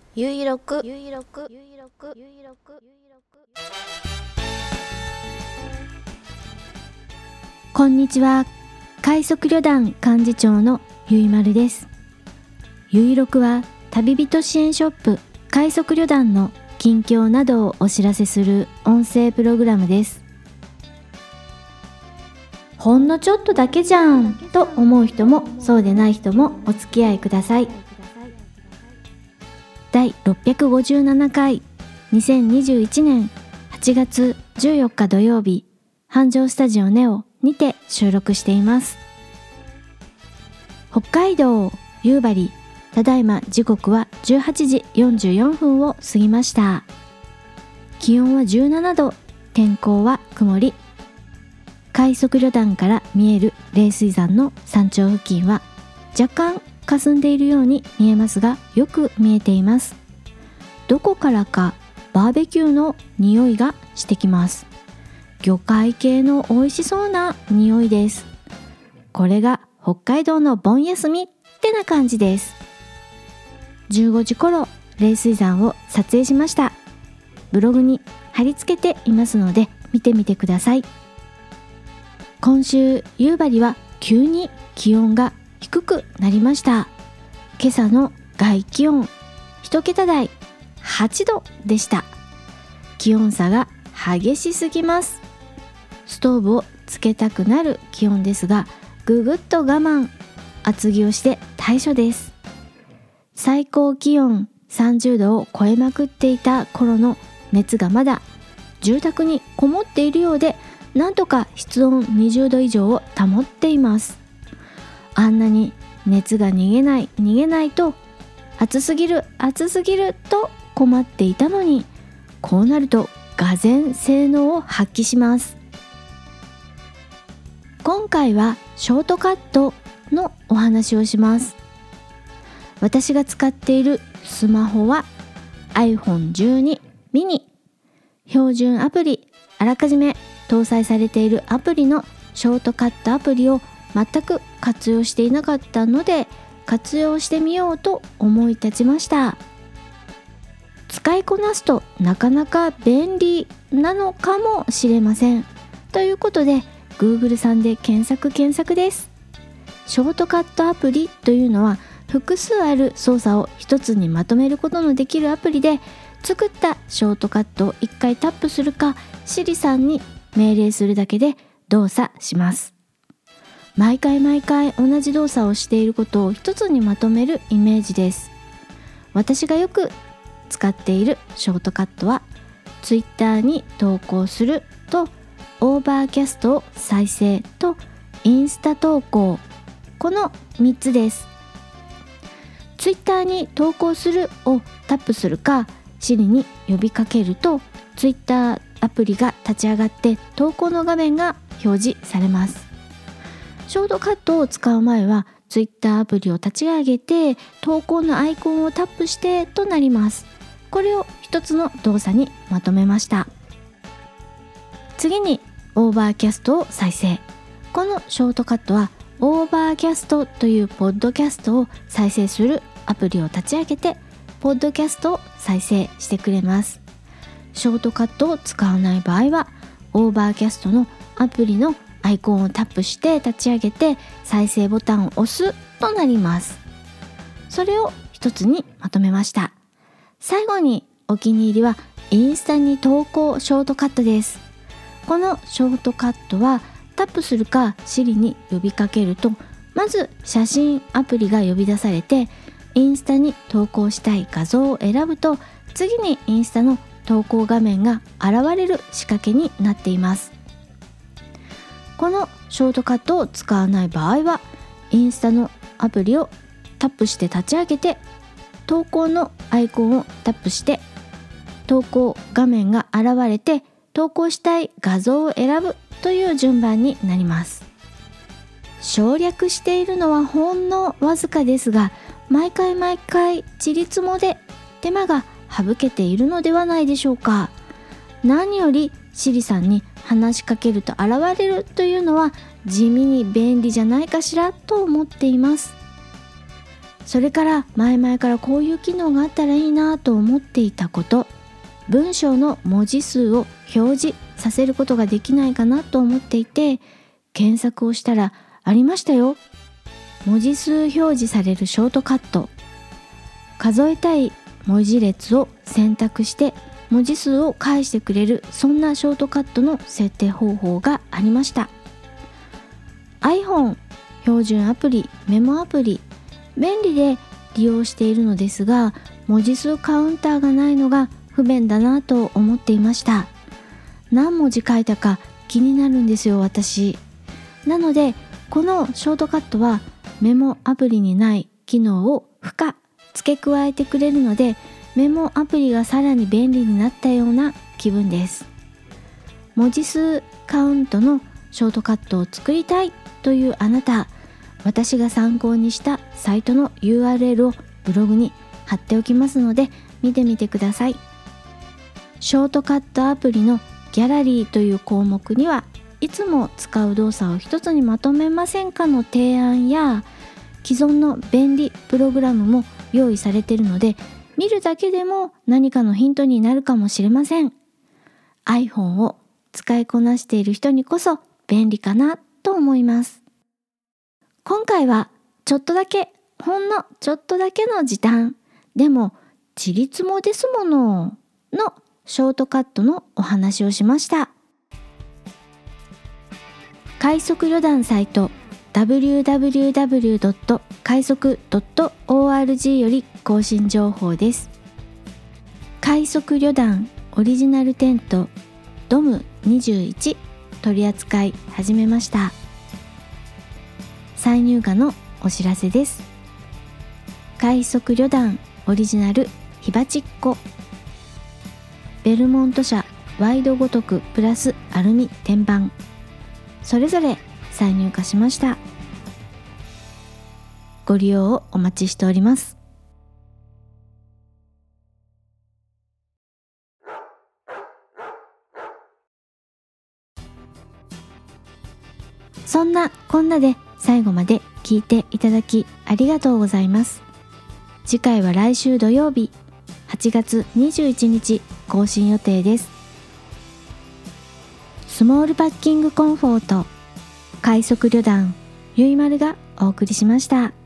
ゆいろくこんにちは。快速旅団幹事長のゆいまるです。ゆいろくは旅人支援ショップ快速旅団の近況などをお知らせする音声プログラムです。ほんのちょっとだけじゃんと思う人もそうでない人もお付き合いください。第657回2021年8月14日土曜日、繁盛スタジオネオにて収録しています。北海道夕張、ただいま時刻は18時44分を過ぎました。気温は17度、天候は曇り。快速旅団から見える冷水山の山頂付近は若干霞んでいるように見えますが、よく見えています。どこからかバーベキューの匂いがしてきます。魚介系の美味しそうな匂いです。これが北海道の盆休みってな感じです。15時頃冷水山を撮影しました。ブログに貼り付けていますので見てみてください。今週夕張は急に気温が低くなりました。今朝の外気温1桁台8度でした。気温差が激しすぎます。ストーブをつけたくなる気温ですが、ぐぐっと我慢、厚着をして対処です。最高気温30度を超えまくっていた頃の熱がまだ住宅にこもっているようで、なんとか室温20度以上を保っています。あんなに熱が逃げないと暑すぎると困っていたのに、こうなると俄然性能を発揮します。今回はショートカットのお話をします。私が使っているスマホは iPhone12 mini、 標準アプリ、あらかじめ搭載されているアプリのショートカットアプリを全く活用していなかったので、活用してみようと思い立ちました。使いこなすとなかなか便利なのかもしれません。ということで Google さんで検索です。ショートカットアプリというのは複数ある操作を一つにまとめることのできるアプリで、作ったショートカットを1回タップするか Siri さんに命令するだけで動作します。毎回同じ動作をしていることを一つにまとめるイメージです。私がよく使っているショートカットは Twitter に投稿すると、オーバーキャストを再生とインスタ投稿、この3つです。 Twitter に投稿するをタップするか Siri に呼びかけると Twitter アプリが立ち上がって投稿の画面が表示されます。ショートカットを使う前は Twitter アプリを立ち上げて投稿のアイコンをタップしてとなります。これを一つの動作にまとめました。次にオーバーキャストを再生。このショートカットはオーバーキャストというポッドキャストを再生するアプリを立ち上げてポッドキャストを再生してくれます。ショートカットを使わない場合はオーバーキャストのアプリのアイコンをタップして立ち上げて再生ボタンを押すとなります。それを一つにまとめました。最後にお気に入りはインスタに投稿ショートカットです。このショートカットはタップするか Siri に呼びかけると、まず写真アプリが呼び出されて、インスタに投稿したい画像を選ぶと、次にインスタの投稿画面が現れる仕掛けになっています。このショートカットを使わない場合はインスタのアプリをタップして立ち上げて、投稿のアイコンをタップして投稿画面が現れて投稿したい画像を選ぶという順番になります。省略しているのはほんのわずかですが、毎回ちりつもで手間が省けているのではないでしょうか。何よりSiriさんに話しかけると現れるというのは地味に便利じゃないかしらと思っています。 それから前々からこういう機能があったらいいなと思っていたこと、文章の文字数を表示させることができないかなと思っていて、検索をしたらありましたよ。文字数表示されるショートカット。数えたい文字列を選択して文字数を返してくれる、そんなショートカットの設定方法がありました。 iPhone 標準アプリ、メモアプリ、便利で利用しているのですが、文字数カウンターがないのが不便だなと思っていました。何文字書いたか気になるんですよ、私。なのでこのショートカットはメモアプリにない機能を付け加えてくれるので、メモアプリがさらに便利になったような気分です。文字数カウントのショートカットを作りたいというあなた、私が参考にしたサイトの URL をブログに貼っておきますので見てみてください。ショートカットアプリのギャラリーという項目にはいつも使う動作を一つにまとめませんかの提案や、既存の便利プログラムも用意されているので、見るだけでも何かのヒントになるかもしれません。 iPhone を使いこなしている人にこそ便利かなと思います。今回はほんのちょっとだけの時短、でもちりつもですもののショートカットのお話をしました。快速旅団サイト www. 快速 .org より更新情報です。快速旅団オリジナルテントドム21取り扱い始めました。再入荷のお知らせです。快速旅団オリジナルヒバチッコ、ベルモント社ワイドごとくプラスアルミ天板、それぞれ再入荷しました。ご利用をお待ちしております。そんなこんなで最後まで聞いていただきありがとうございます。次回は来週土曜日8月21日更新予定です。スモールパッキングコンフォート快速旅団ゆいまるがお送りしました。